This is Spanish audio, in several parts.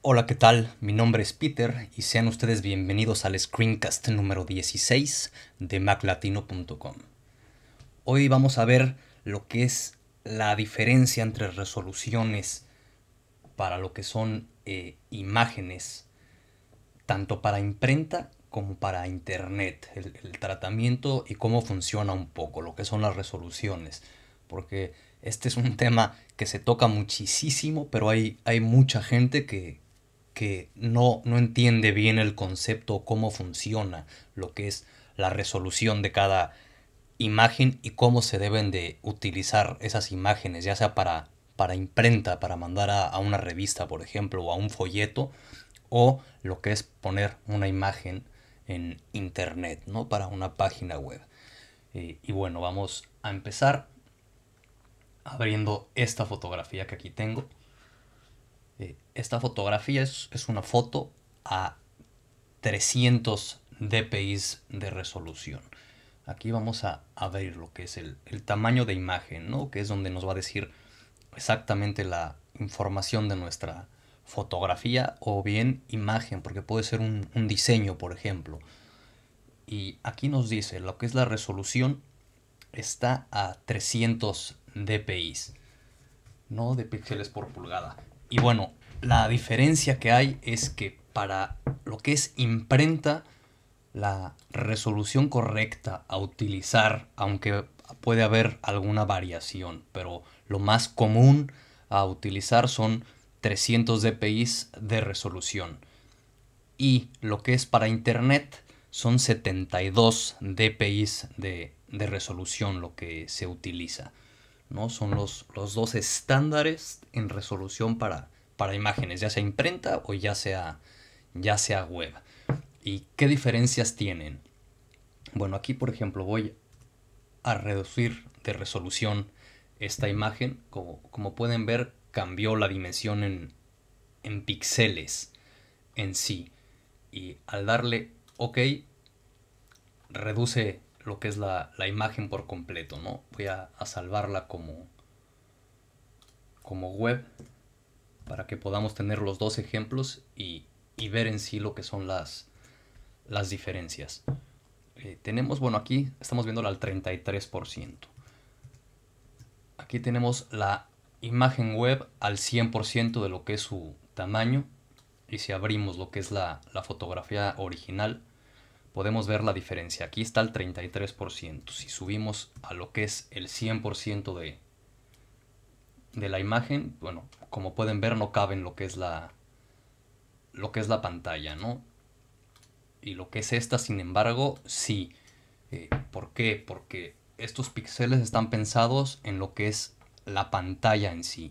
Hola, ¿qué tal? Mi nombre es Peter y sean ustedes bienvenidos al screencast número 16 de maclatino.com. Hoy vamos a ver lo que es la diferencia entre resoluciones para lo que son imágenes, tanto para imprenta como para internet, el tratamiento y cómo funciona un poco, lo que son las resoluciones, porque este es un tema que se toca muchísimo, pero hay mucha gente que no entiende bien el concepto, cómo funciona, lo que es la resolución de cada imagen y cómo se deben de utilizar esas imágenes, ya sea para imprenta, para mandar a una revista, por ejemplo, o a un folleto, o lo que es poner una imagen en internet, ¿no? Para una página web. Y bueno, vamos a empezar abriendo esta fotografía que aquí tengo. Esta fotografía es una foto a 300 dpi de resolución. Aquí vamos a ver lo que es el tamaño de imagen, ¿no? Que es donde nos va a decir exactamente la información de nuestra fotografía o bien imagen, porque puede ser un diseño, por ejemplo. Y aquí nos dice lo que es la resolución está a 300 dpi, no de píxeles por pulgada. Y bueno, la diferencia que hay es que para lo que es imprenta, la resolución correcta a utilizar, aunque puede haber alguna variación, pero lo más común a utilizar son 300 dpi de resolución. Y lo que es para internet son 72 dpi de resolución lo que se utiliza, ¿no? Son los dos estándares en resolución para imágenes, ya sea imprenta o ya sea web. ¿Y qué diferencias tienen? Bueno, aquí por ejemplo voy a reducir de resolución esta imagen. Como pueden ver, cambió la dimensión en píxeles en sí. Y al darle OK, reduce lo que es la imagen por completo, ¿no? Voy a salvarla como web para que podamos tener los dos ejemplos y ver en sí lo que son las diferencias. Tenemos, bueno, aquí estamos viéndola al 33%. Aquí tenemos la imagen web al 100% de lo que es su tamaño. Y si abrimos lo que es la fotografía original, podemos ver la diferencia. Aquí está el 33%. Si subimos a lo que es el 100% de la imagen, bueno, como pueden ver no cabe en lo que es la pantalla, ¿no? Y lo que es esta, sin embargo, sí. ¿Por qué? Porque estos píxeles están pensados en lo que es la pantalla en sí.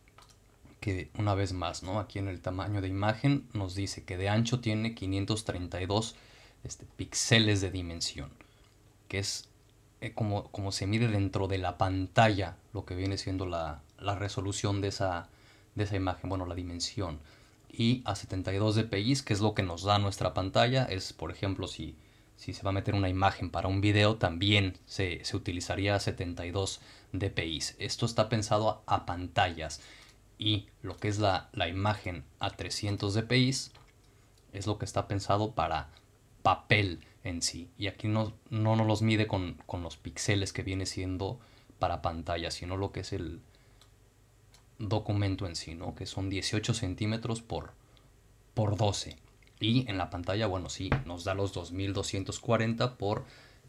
Que una vez más, ¿no? Aquí en el tamaño de imagen nos dice que de ancho tiene 532 píxeles de dimensión, que es como se mide dentro de la pantalla lo que viene siendo la resolución de esa imagen, bueno, la dimensión. Y a 72 dpi, que es lo que nos da nuestra pantalla, es, por ejemplo, si se va a meter una imagen para un video, también se utilizaría a 72 dpi. Esto está pensado a pantallas. Y lo que es la imagen a 300 dpi es lo que está pensado para papel en sí. Y aquí no nos los mide con los píxeles que viene siendo para pantalla, sino lo que es el documento en sí, ¿no? Que son 18 centímetros por 12. Y en la pantalla, bueno, sí, nos da los 2240 por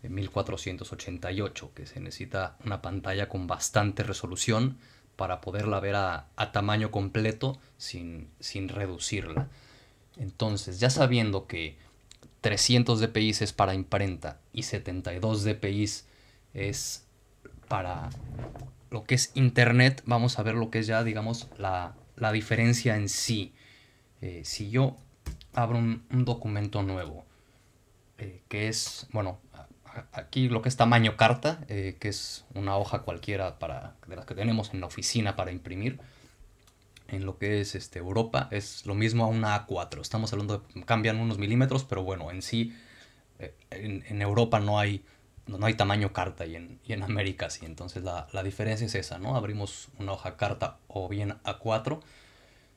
1488, que se necesita una pantalla con bastante resolución para poderla ver a tamaño completo sin reducirla. Entonces, ya sabiendo que 300 dpi es para imprenta y 72 dpi es para lo que es internet, vamos a ver lo que es ya, digamos, la diferencia en sí. Si yo abro un documento nuevo, que es, bueno, aquí lo que es tamaño carta, que es una hoja cualquiera de las que tenemos en la oficina para imprimir, en lo que es Europa, es lo mismo a una A4. Estamos hablando de, cambian unos milímetros, pero bueno, en sí, en Europa no hay tamaño carta y en América sí. Entonces la diferencia es esa, ¿no? Abrimos una hoja carta o bien A4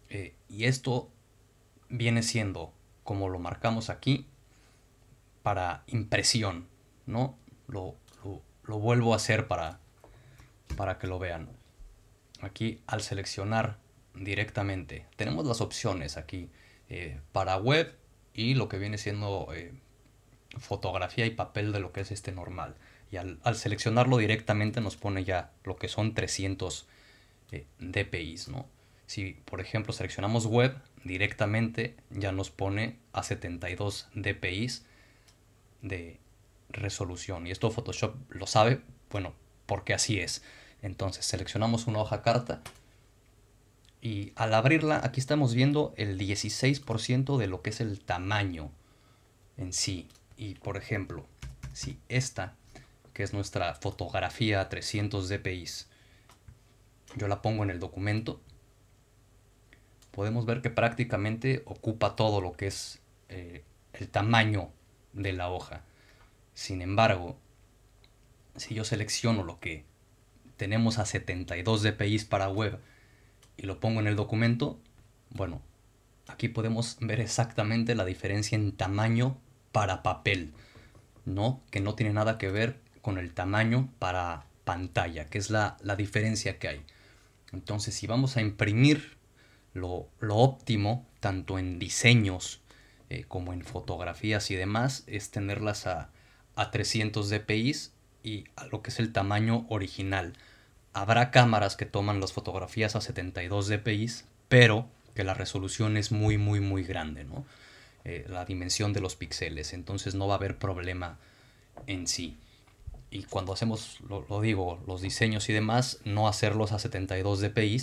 Y esto viene siendo, como lo marcamos aquí, para impresión, ¿no? Lo vuelvo a hacer para que lo vean. Aquí al seleccionar directamente, tenemos las opciones aquí para web y lo que viene siendo fotografía y papel de lo que es este normal. Y al seleccionarlo directamente nos pone ya lo que son 300 dpi, ¿no? Si por ejemplo seleccionamos web directamente ya nos pone a 72 dpi de resolución. Y esto Photoshop lo sabe, bueno, porque así es. Entonces seleccionamos una hoja carta y al abrirla aquí estamos viendo el 16% de lo que es el tamaño en sí. Y por ejemplo, si esta, que es nuestra fotografía a 300 dpi, yo la pongo en el documento, podemos ver que prácticamente ocupa todo lo que es el tamaño de la hoja. Sin embargo, si yo selecciono lo que tenemos a 72 dpi para web y lo pongo en el documento, bueno, aquí podemos ver exactamente la diferencia en tamaño para papel, ¿no? Que no tiene nada que ver con el tamaño para pantalla, que es la diferencia que hay. Entonces, si vamos a imprimir lo óptimo, tanto en diseños como en fotografías y demás, es tenerlas a 300 dpi y a lo que es el tamaño original. Habrá cámaras que toman las fotografías a 72 dpi, pero que la resolución es muy, muy, muy grande, ¿no? La dimensión de los píxeles, entonces no va a haber problema en sí. Y cuando hacemos, lo digo, los diseños y demás, no hacerlos a 72 dpi.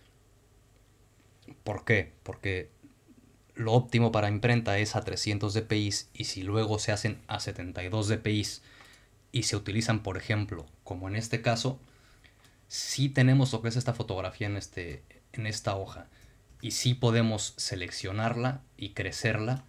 ¿Por qué? Porque lo óptimo para imprenta es a 300 dpi y si luego se hacen a 72 dpi y se utilizan, por ejemplo, como en este caso, sí tenemos lo que es esta fotografía en esta hoja y sí podemos seleccionarla y crecerla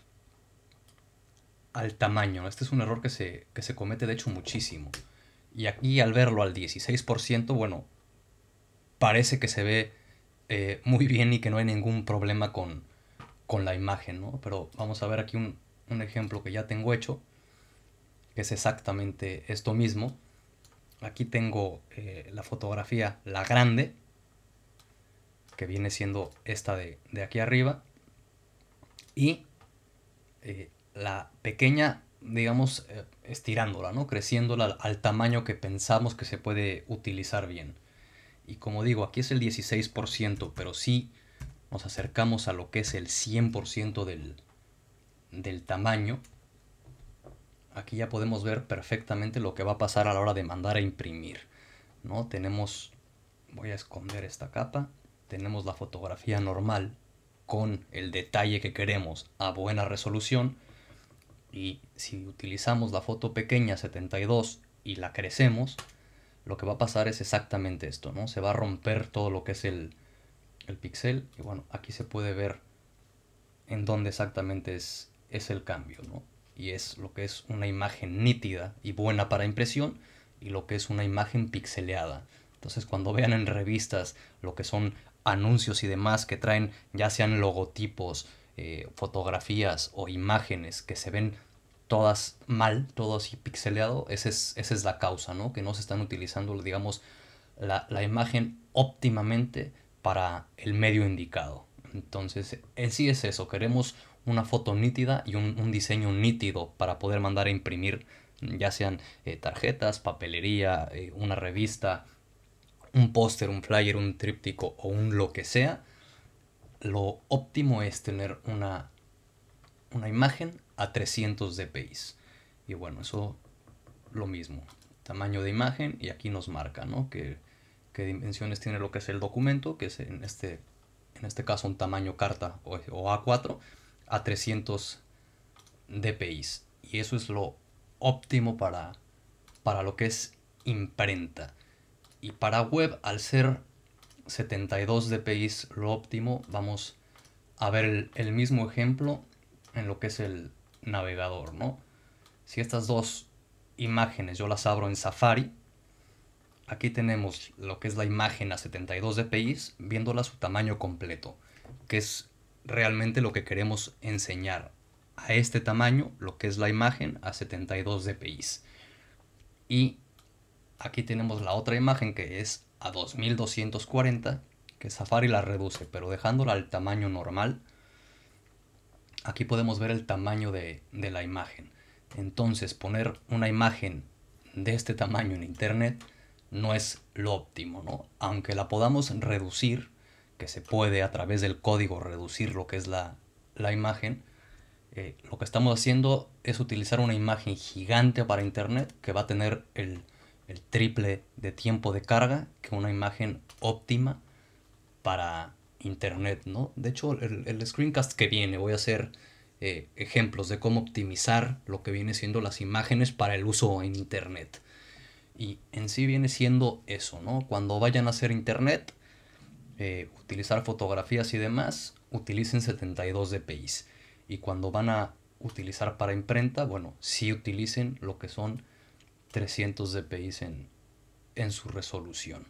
al tamaño. Este es un error que se comete de hecho muchísimo. Y aquí al verlo al 16%, bueno, parece que se ve muy bien y que no hay ningún problema con la imagen, ¿no? Pero vamos a ver aquí un ejemplo que ya tengo hecho, que es exactamente esto mismo. Aquí tengo la fotografía, la grande, que viene siendo esta de aquí arriba, y la pequeña, digamos, estirándola, ¿no? Creciéndola al tamaño que pensamos que se puede utilizar bien. Y como digo, aquí es el 16%, pero sí nos acercamos a lo que es el 100% del tamaño. Aquí ya podemos ver perfectamente lo que va a pasar a la hora de mandar a imprimir, ¿no? Tenemos, voy a esconder esta capa, tenemos la fotografía normal con el detalle que queremos a buena resolución. Y si utilizamos la foto pequeña 72 y la crecemos, lo que va a pasar es exactamente esto, ¿no? Se va a romper todo lo que es el píxel. Y bueno, aquí se puede ver en dónde exactamente es el cambio, ¿no? Y es lo que es una imagen nítida y buena para impresión y lo que es una imagen pixeleada. Entonces cuando vean en revistas lo que son anuncios y demás que traen ya sean logotipos, fotografías o imágenes que se ven todas mal, todo así pixeleado, esa es la causa, ¿no? Que no se están utilizando, digamos, la imagen óptimamente para el medio indicado. Entonces, en sí es eso, queremos una foto nítida y un diseño nítido para poder mandar a imprimir, ya sean tarjetas, papelería, una revista, un póster, un flyer, un tríptico o un lo que sea. Lo óptimo es tener una imagen a 300 dpi. Y bueno, eso lo mismo. Tamaño de imagen y aquí nos marca, ¿no? Qué dimensiones tiene lo que es el documento, que es en este caso un tamaño carta o A4 a 300 dpi. Y eso es lo óptimo para lo que es imprenta. Y para web, al ser 72 dpi lo óptimo, vamos a ver el mismo ejemplo en lo que es el navegador, ¿no? Si estas dos imágenes yo las abro en Safari, aquí tenemos lo que es la imagen a 72 dpi, viéndola a su tamaño completo. que es realmente lo que queremos enseñar a este tamaño, lo que es la imagen, a 72 dpi. Y aquí tenemos la otra imagen que es a 2240, que Safari la reduce, pero dejándola al tamaño normal. Aquí podemos ver el tamaño de la imagen. Entonces, poner una imagen de este tamaño en internet no es lo óptimo, ¿no? Aunque la podamos reducir, que se puede a través del código reducir lo que es la imagen, lo que estamos haciendo es utilizar una imagen gigante para internet que va a tener el triple de tiempo de carga que una imagen óptima para internet, ¿no? De hecho, el screencast que viene voy a hacer ejemplos de cómo optimizar lo que viene siendo las imágenes para el uso en internet. Y en sí viene siendo eso, ¿no? Cuando vayan a hacer internet, utilizar fotografías y demás, utilicen 72 dpi. Y cuando van a utilizar para imprenta, bueno, sí utilicen lo que son 300 dpi en su resolución.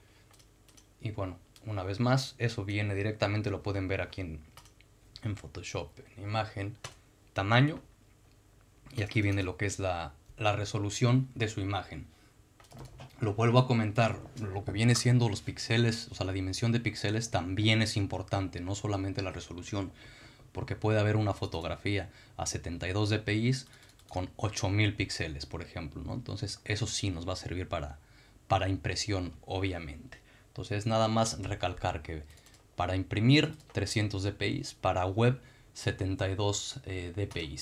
Y bueno, una vez más, eso viene directamente, lo pueden ver aquí en Photoshop, en imagen, tamaño, y aquí viene lo que es la resolución de su imagen. Lo vuelvo a comentar, lo que viene siendo los píxeles, o sea, la dimensión de píxeles también es importante, no solamente la resolución, porque puede haber una fotografía a 72 dpi con 8000 píxeles, por ejemplo, ¿no? Entonces, eso sí nos va a servir para impresión, obviamente. Entonces, nada más recalcar que para imprimir 300 dpi, para web 72 dpi.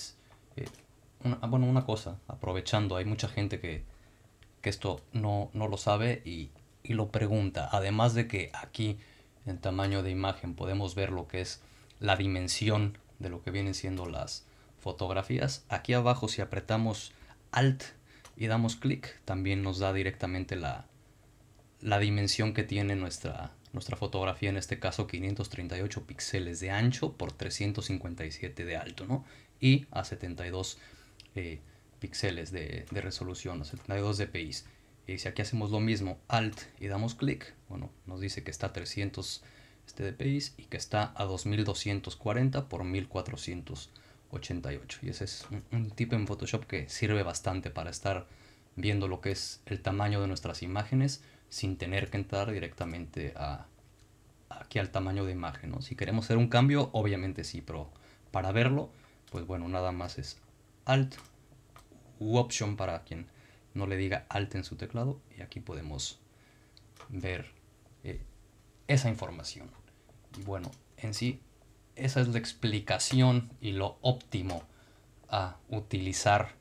Una cosa, aprovechando, hay mucha gente que esto no lo sabe y lo pregunta. Además de que aquí en tamaño de imagen podemos ver lo que es la dimensión de lo que vienen siendo las fotografías. Aquí abajo, si apretamos Alt y damos clic, también nos da directamente la dimensión que tiene nuestra fotografía, en este caso 538 píxeles de ancho por 357 de alto, ¿no? Y a 72 píxeles de resolución, a 72 dpi. Y si aquí hacemos lo mismo, Alt y damos clic, bueno, nos dice que está a 300 dpi y que está a 2240 por 1488. Y ese es un tipo en Photoshop que sirve bastante para estar viendo lo que es el tamaño de nuestras imágenes sin tener que entrar directamente aquí al tamaño de imagen, ¿no? Si queremos hacer un cambio, obviamente sí, pero para verlo, pues bueno, nada más es Alt u Option para quien no le diga Alt en su teclado, y aquí podemos ver esa información. Y bueno, en sí, esa es la explicación y lo óptimo a utilizar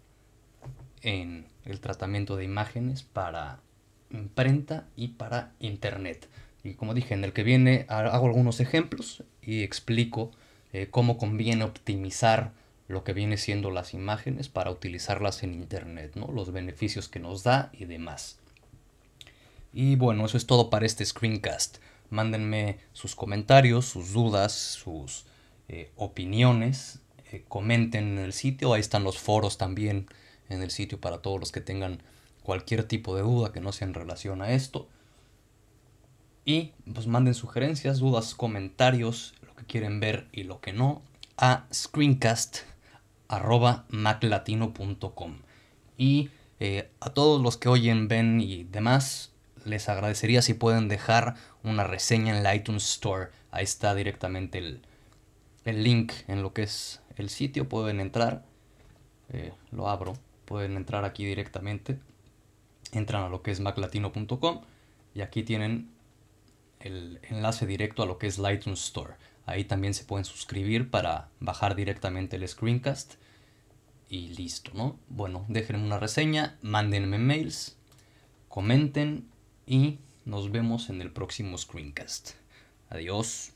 en el tratamiento de imágenes para imprenta y para internet. Y como dije, en el que viene hago algunos ejemplos y explico cómo conviene optimizar lo que viene siendo las imágenes para utilizarlas en internet, ¿no? Los beneficios que nos da y demás. Y bueno, eso es todo para este screencast. Mándenme sus comentarios, sus dudas, sus opiniones. Comenten en el sitio. Ahí están los foros también en el sitio para todos los que tengan cualquier tipo de duda que no sea en relación a esto. Y pues manden sugerencias, dudas, comentarios, lo que quieren ver y lo que no, a screencast@maclatino.com. Y a todos los que oyen, ven y demás, les agradecería si pueden dejar una reseña en la iTunes Store. Ahí está directamente el link en lo que es el sitio. Pueden entrar, lo abro, pueden entrar aquí directamente. Entran a lo que es maclatino.com y aquí tienen el enlace directo a lo que es la iTunes Store. Ahí también se pueden suscribir para bajar directamente el screencast. Y listo, ¿no? Bueno, déjenme una reseña, mándenme mails, comenten y nos vemos en el próximo screencast. Adiós.